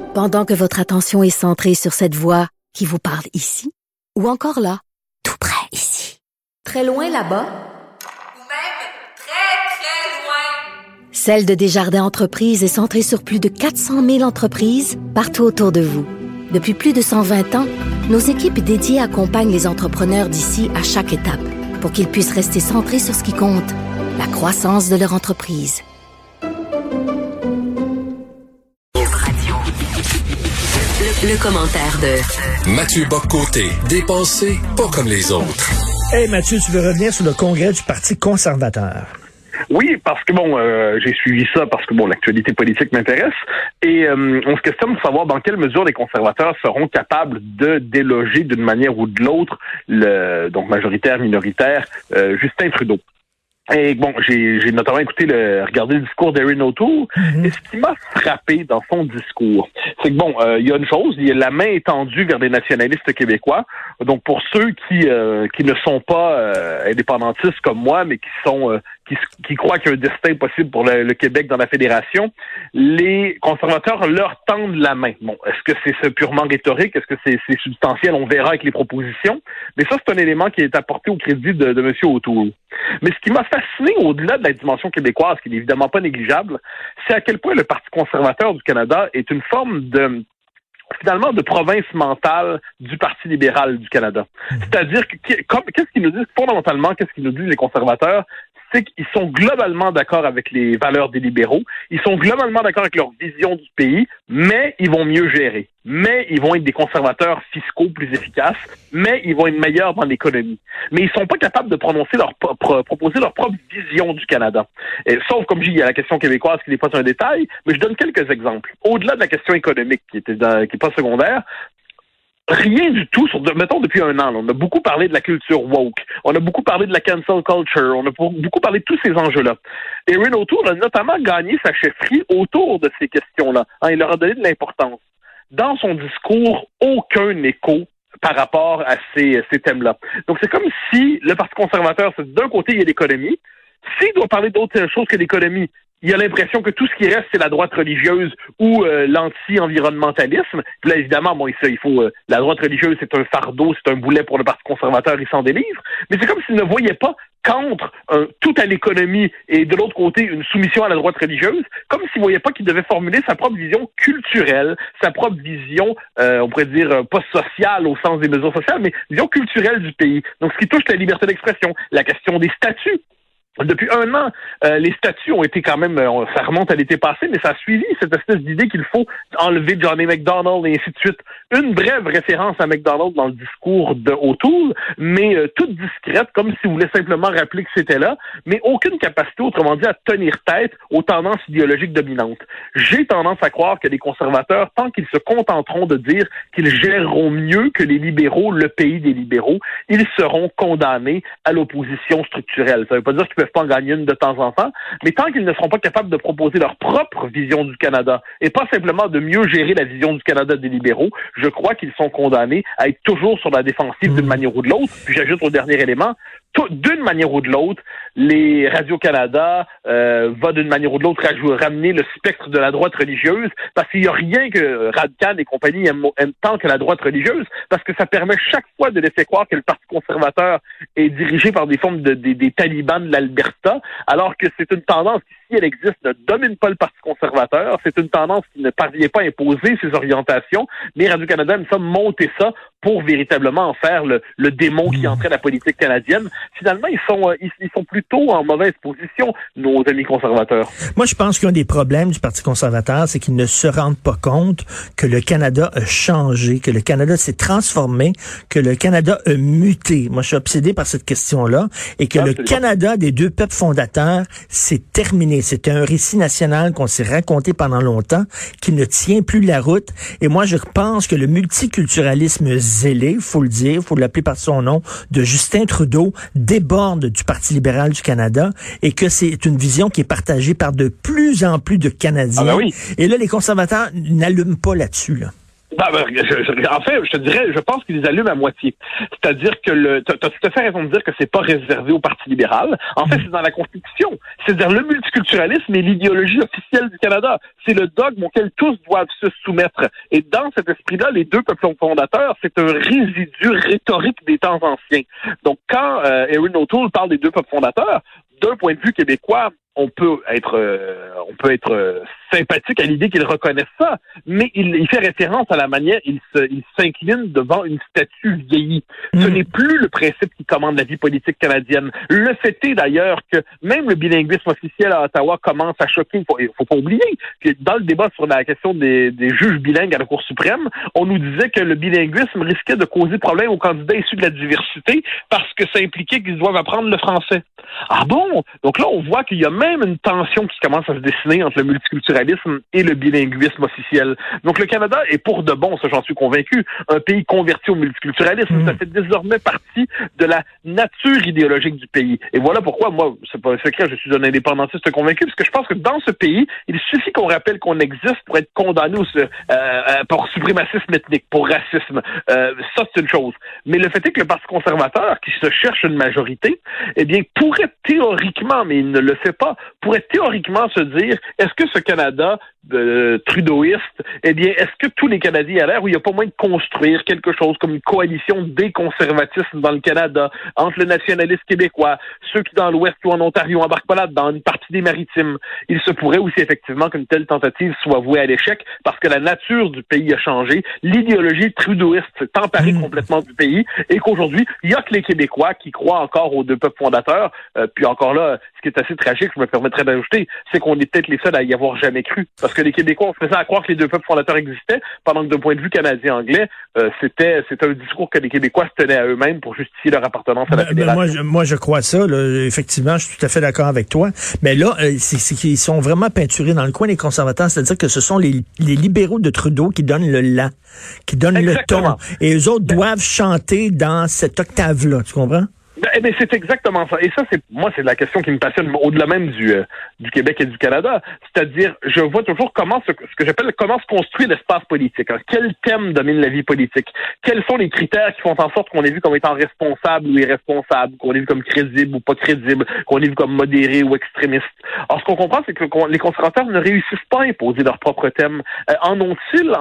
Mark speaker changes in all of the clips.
Speaker 1: Pendant que votre attention est centrée sur cette voix qui vous parle ici, ou encore là, tout près ici, très loin là-bas,
Speaker 2: ou même très, très loin.
Speaker 1: Celle de Desjardins Entreprises est centrée sur plus de 400 000 entreprises partout autour de vous. Depuis plus de 120 ans, nos équipes dédiées accompagnent les entrepreneurs d'ici à chaque étape pour qu'ils puissent rester centrés sur ce qui compte, la croissance de leur entreprise.
Speaker 3: Le commentaire de
Speaker 4: Mathieu Bock-Côté, dépensé pas comme les autres.
Speaker 5: Hey Mathieu, tu veux revenir sur le congrès du Parti conservateur?
Speaker 6: Oui, parce que j'ai suivi ça parce que l'actualité politique m'intéresse et on se questionne pour savoir dans quelle mesure les conservateurs seront capables de déloger d'une manière ou de l'autre donc majoritaire, minoritaire, Justin Trudeau. Et j'ai notamment regardé le discours d'Erin O'Toole, et ce qui m'a frappé dans son discours, c'est que il y a une chose, il y a la main étendue vers les nationalistes québécois. Donc pour ceux qui ne sont pas indépendantistes comme moi, mais qui croient qu'il y a un destin possible pour le Québec dans la fédération, les conservateurs leur tendent la main. Bon, est-ce que c'est purement rhétorique? Est-ce que c'est substantiel? On verra avec les propositions. Mais ça, c'est un élément qui est apporté au crédit de M. O'Toole. Mais ce qui m'a fasciné, au-delà de la dimension québécoise, qui n'est évidemment pas négligeable, c'est à quel point le Parti conservateur du Canada est une forme de province mentale du Parti libéral du Canada. C'est-à-dire qu'est-ce qu'ils nous disent fondamentalement, qu'est-ce qu'ils nous disent les conservateurs? C'est qu'ils sont globalement d'accord avec les valeurs des libéraux, ils sont globalement d'accord avec leur vision du pays, mais ils vont mieux gérer. Mais ils vont être des conservateurs fiscaux plus efficaces, mais ils vont être meilleurs dans l'économie. Mais ils sont pas capables de proposer leur propre vision du Canada. Sauf, comme je dis, il y a la question québécoise qui n'est pas un détail, mais je donne quelques exemples. Au-delà de la question économique qui est pas secondaire, rien du tout, mettons depuis un an, on a beaucoup parlé de la culture woke, on a beaucoup parlé de la cancel culture, on a beaucoup parlé de tous ces enjeux-là. Erin O'Toole a notamment gagné sa chefferie autour de ces questions-là. Il leur a donné de l'importance. Dans son discours, aucun écho par rapport à ces thèmes-là. Donc c'est comme si le Parti conservateur, d'un côté, il y a l'économie. S'il doit parler d'autres choses que l'économie, il y a l'impression que tout ce qui reste, c'est la droite religieuse ou l'anti-environnementalisme. Puis là, évidemment, la droite religieuse, c'est un fardeau, c'est un boulet pour le Parti conservateur, il s'en délivre. Mais c'est comme s'il ne voyait pas qu'entre tout à l'économie et de l'autre côté, une soumission à la droite religieuse, comme s'il ne voyait pas qu'il devait formuler sa propre vision culturelle, sa propre vision, on pourrait dire, pas sociale au sens des mesures sociales, mais vision culturelle du pays. Donc, ce qui touche la liberté d'expression, la question des statuts. Depuis un an, les statuts ont été quand même, ça remonte à l'été passé, mais ça a suivi cette espèce d'idée qu'il faut enlever Johnny MacDonald et ainsi de suite. Une brève référence à MacDonald dans le discours de O'Toole, mais toute discrète, comme s'il voulait simplement rappeler que c'était là, mais aucune capacité, autrement dit, à tenir tête aux tendances idéologiques dominantes. J'ai tendance à croire que les conservateurs, tant qu'ils se contenteront de dire qu'ils géreront mieux que les libéraux le pays des libéraux, ils seront condamnés à l'opposition structurelle. Ça veut pas dire qu'ils peuvent pas en gagner une de temps en temps, mais tant qu'ils ne seront pas capables de proposer leur propre vision du Canada et pas simplement de mieux gérer la vision du Canada des libéraux, je crois qu'ils sont condamnés à être toujours sur la défensive d'une manière ou de l'autre. Puis j'ajoute au dernier élément, d'une manière ou de l'autre, les Radio-Canada va d'une manière ou de l'autre ramener le spectre de la droite religieuse, parce qu'il n'y a rien que Radcan et compagnie aiment tant que la droite religieuse, parce que ça permet chaque fois de laisser croire que le Parti conservateur est dirigé par des formes des talibans de l'Alberta, alors que c'est une tendance qui, si elle existe, ne domine pas le Parti conservateur, c'est une tendance qui ne parvient pas à imposer ses orientations, mais Radio-Canada aime ça monter ça pour véritablement en faire le démon qui entrait la politique canadienne. Finalement, ils sont plutôt en mauvaise position, nos amis conservateurs.
Speaker 5: Moi, je pense qu'un des problèmes du Parti conservateur, c'est qu'ils ne se rendent pas compte que le Canada a changé, que le Canada s'est transformé, que le Canada a muté. Moi, je suis obsédé par cette question-là et que le Canada des deux peuples fondateurs, c'est terminé. C'était un récit national qu'on s'est raconté pendant longtemps, qui ne tient plus la route. Et moi, je pense que le multiculturalisme zélé, faut le dire, faut l'appeler par son nom, de Justin Trudeau déborde du Parti libéral du Canada et que c'est une vision qui est partagée par de plus en plus de Canadiens.
Speaker 6: Ah ben oui.
Speaker 5: Et là, les conservateurs n'allument pas là-dessus, là.
Speaker 6: En fait, je te dirais, je pense qu'ils les allument à moitié. C'est-à-dire que t'as tout à fait raison de dire que c'est pas réservé au Parti libéral. En fait, c'est dans la Constitution. C'est-à-dire le multiculturalisme est l'idéologie officielle du Canada. C'est le dogme auquel tous doivent se soumettre. Et dans cet esprit-là, les deux peuples fondateurs, c'est un résidu rhétorique des temps anciens. Donc, quand Erin O'Toole parle des deux peuples fondateurs, d'un point de vue québécois, on peut être sympathique à l'idée qu'il reconnaisse ça, mais il fait référence à la manière il s'incline devant une statue vieillie. Ce n'est plus le principe qui commande la vie politique canadienne. Le fait est d'ailleurs que même le bilinguisme officiel à Ottawa commence à choquer. Il faut pas oublier que dans le débat sur la question des juges bilingues à la Cour suprême, on nous disait que le bilinguisme risquait de causer problème aux candidats issus de la diversité parce que ça impliquait qu'ils doivent apprendre le français. Ah bon? Donc là, on voit qu'il y a même une tension qui commence à se dessiner entre le multiculturalisme et le bilinguisme officiel. Donc le Canada est pour de bon, ça j'en suis convaincu, un pays converti au multiculturalisme. Ça fait désormais partie de la nature idéologique du pays. Et voilà pourquoi, moi, c'est pas un secret, je suis un indépendantiste convaincu, parce que je pense que dans ce pays, il suffit qu'on rappelle qu'on existe pour être condamné pour suprémacisme ethnique, pour racisme. Ça, c'est une chose. Mais le fait est que le Parti conservateur, qui se cherche une majorité, eh bien, pourrait théoriquement, mais il ne le fait pas, pourrait théoriquement se dire, est-ce que ce Canada trudeauiste, eh bien, est-ce que tous les Canadiens à l'air où il n'y a pas moyen de construire quelque chose comme une coalition des conservatismes dans le Canada, entre le nationalisme québécois, ceux qui dans l'Ouest ou en Ontario embarquent pas là-dedans, une partie des maritimes. Il se pourrait aussi effectivement qu'une telle tentative soit vouée à l'échec parce que la nature du pays a changé, l'idéologie trudeauiste s'est emparée complètement du pays et qu'aujourd'hui, il n'y a que les Québécois qui croient encore aux deux peuples fondateurs. Puis encore là, ce qui est assez tragique, je me permettrais d'ajouter, c'est qu'on est peut-être les seuls à y avoir jamais cru. Parce que les Québécois ont fait ça à croire que les deux peuples fondateurs existaient, pendant que d'un point de vue canadien-anglais, c'était un discours que les Québécois se tenaient à eux-mêmes pour justifier leur appartenance à la fédération.
Speaker 5: Moi, je crois ça. Là, effectivement, je suis tout à fait d'accord avec toi. Mais là, c'est qu'ils sont vraiment peinturés dans le coin, les conservateurs. C'est-à-dire que ce sont les libéraux de Trudeau qui donnent le la, qui donnent
Speaker 6: Exactement.
Speaker 5: le ton. Et eux autres doivent chanter dans cette octave-là. Tu comprends?
Speaker 6: Ben, c'est exactement ça. Et ça, c'est la question qui me passionne au-delà même du Québec et du Canada. C'est-à-dire, je vois toujours ce que j'appelle comment se construit l'espace politique. Hein. Quel thème domine la vie politique? Quels sont les critères qui font en sorte qu'on est vu comme étant responsable ou irresponsable, qu'on est vu comme crédible ou pas crédible, qu'on est vu comme modéré ou extrémiste? Alors, ce qu'on comprend, c'est que les conservateurs ne réussissent pas à imposer leur propre thème. En ont-ils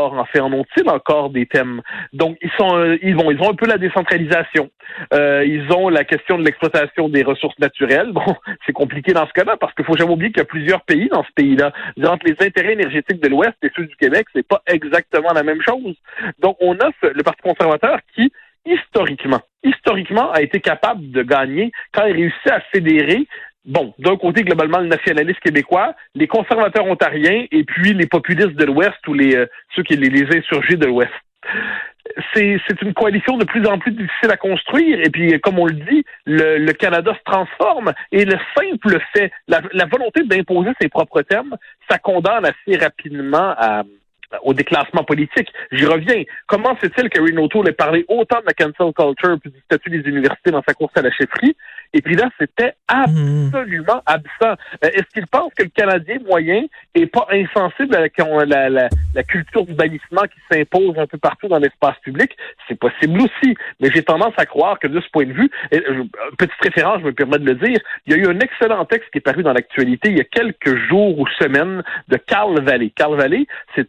Speaker 6: encore des thèmes? Donc, ils ont un peu la décentralisation. Ils ont la question de l'exploitation des ressources naturelles. Bon, c'est compliqué dans ce cas-là parce qu'il faut jamais oublier qu'il y a plusieurs pays dans ce pays-là. Entre les intérêts énergétiques de l'Ouest et ceux du Québec, c'est pas exactement la même chose. Donc, on a le Parti conservateur qui, historiquement, a été capable de gagner quand il réussit à fédérer d'un côté, globalement, le nationalisme québécois, les conservateurs ontariens et puis les populistes de l'Ouest ou ceux qui les insurgés de l'Ouest. C'est une coalition de plus en plus difficile à construire. Et puis, comme on le dit, le Canada se transforme. Et le simple fait, la volonté d'imposer ses propres thèmes, ça condamne assez rapidement au déclassement politique. J'y reviens. Comment c'est-il qu'Erin O'Toole ait parlé autant de la cancel culture puis du statut des universités dans sa course à la chefferie? Et puis là, c'était absolument absent. Est-ce qu'il pense que le Canadien moyen est pas insensible à la culture du bannissement qui s'impose un peu partout dans l'espace public? C'est possible aussi. Mais j'ai tendance à croire que de ce point de vue, petite référence, je me permets de le dire, il y a eu un excellent texte qui est paru dans l'actualité il y a quelques jours ou semaines de Carl Vallée. Carl Vallée, c'est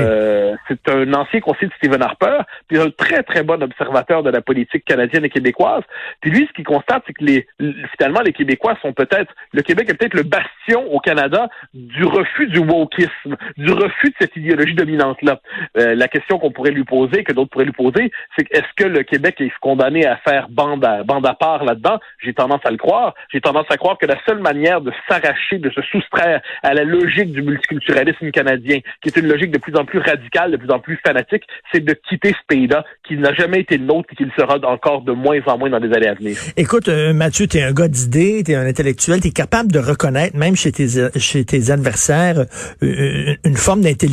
Speaker 6: un ancien conseiller de Stephen Harper, puis un très, très bon observateur de la politique canadienne et québécoise. Puis lui, ce qu'il constate, c'est que finalement, les Québécois le Québec est peut-être le bastion au Canada du refus du wokisme, du refus de cette idéologie dominante-là. La question qu'on pourrait lui poser, que d'autres pourraient lui poser, c'est est-ce que le Québec est condamné à faire bande à part là-dedans? J'ai tendance à le croire. J'ai tendance à croire que la seule manière de s'arracher, de se soustraire à la logique du multiculturalisme canadien, qui est une logique de plus en plus radicale, de plus en plus fanatique, c'est de quitter ce pays-là, qui n'a jamais été le nôtre et qui le sera encore de moins en moins dans les années à venir.
Speaker 5: Écoute, Mathieu, t'es un gars d'idées, t'es un intellectuel, t'es capable de reconnaître, même chez tes adversaires, une forme d'intelligence.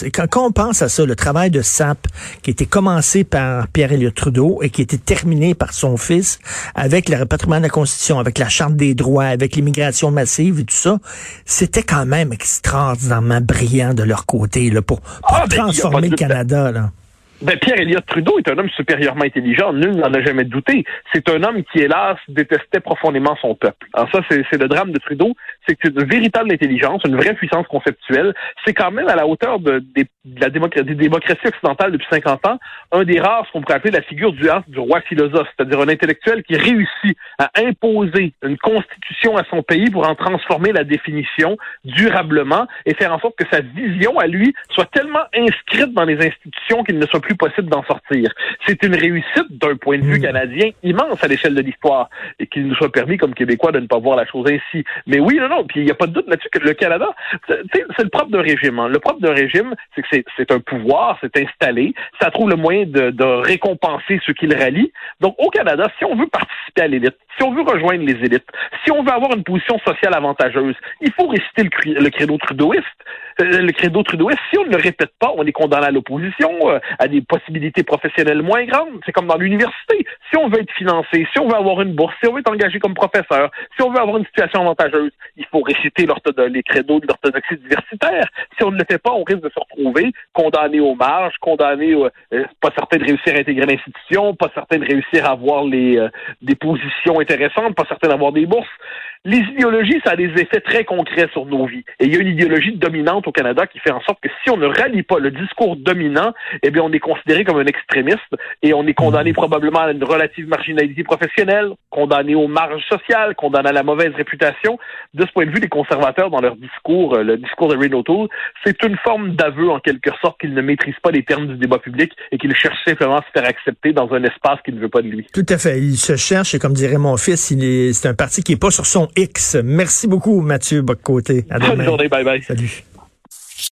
Speaker 5: quand on pense à ça, le travail de SAP qui a été commencé par Pierre Elliott Trudeau et qui a été terminé par son fils avec le rapatriement de la Constitution, avec la Charte des droits, avec l'immigration massive et tout ça, c'était quand même extraordinairement brillant de leur côté là, pour transformer le Canada. Là.
Speaker 6: Ben, Pierre Elliott Trudeau est un homme supérieurement intelligent, nul n'en a jamais douté. C'est un homme qui, hélas, détestait profondément son peuple. Alors ça, c'est le drame de Trudeau, c'est que c'est une véritable intelligence, une vraie puissance conceptuelle. C'est quand même à la hauteur des démocraties occidentales depuis 50 ans, un des rares, ce qu'on pourrait appeler la figure du roi philosophe, c'est-à-dire un intellectuel qui réussit à imposer une constitution à son pays pour en transformer la définition durablement et faire en sorte que sa vision à lui soit tellement inscrite dans les institutions qu'il ne soit plus possible d'en sortir. C'est une réussite d'un point de vue canadien immense à l'échelle de l'histoire et qu'il nous soit permis comme Québécois de ne pas voir la chose ainsi. Mais oui, non, puis il n'y a pas de doute là-dessus que le Canada, c'est le propre d'un régime. Hein. Le propre d'un régime, c'est que c'est un pouvoir, c'est installé, ça trouve le moyen de récompenser ceux qui le rallient. Donc au Canada, si on veut participer à l'élite, si on veut rejoindre les élites, si on veut avoir une position sociale avantageuse, il faut réciter le credo trudeauiste. Le credo trudeauiste, si on ne le répète pas, on est condamné à l'opposition, à des possibilités professionnelles moins grandes. C'est comme dans l'université. Si on veut être financé, si on veut avoir une bourse, si on veut être engagé comme professeur, si on veut avoir une situation avantageuse, il faut réciter les credos de l'orthodoxie diversitaire. Si on ne le fait pas, on risque de se retrouver condamné aux marges, condamné, pas certain de réussir à intégrer l'institution, pas certain de réussir à avoir des positions intéressantes, pas certain d'avoir des bourses. Les idéologies, ça a des effets très concrets sur nos vies. Et il y a une idéologie dominante au Canada qui fait en sorte que si on ne rallie pas le discours dominant, eh bien, on est considéré comme un extrémiste et on est condamné probablement à une relative marginalité professionnelle, condamné aux marges sociales, condamné à la mauvaise réputation. De ce point de vue, les conservateurs, dans leur discours, le discours de Erin O'Toole, c'est une forme d'aveu, en quelque sorte, qu'ils ne maîtrisent pas les termes du débat public et qu'ils cherchent simplement à se faire accepter dans un espace qui ne veut pas de lui.
Speaker 5: Tout à fait. Il se cherche et comme dirait mon fils, c'est un parti qui n'est pas sur son X. Merci beaucoup, Mathieu Bock-Côté. À demain.
Speaker 6: Bonne journée, bye bye.
Speaker 5: Salut.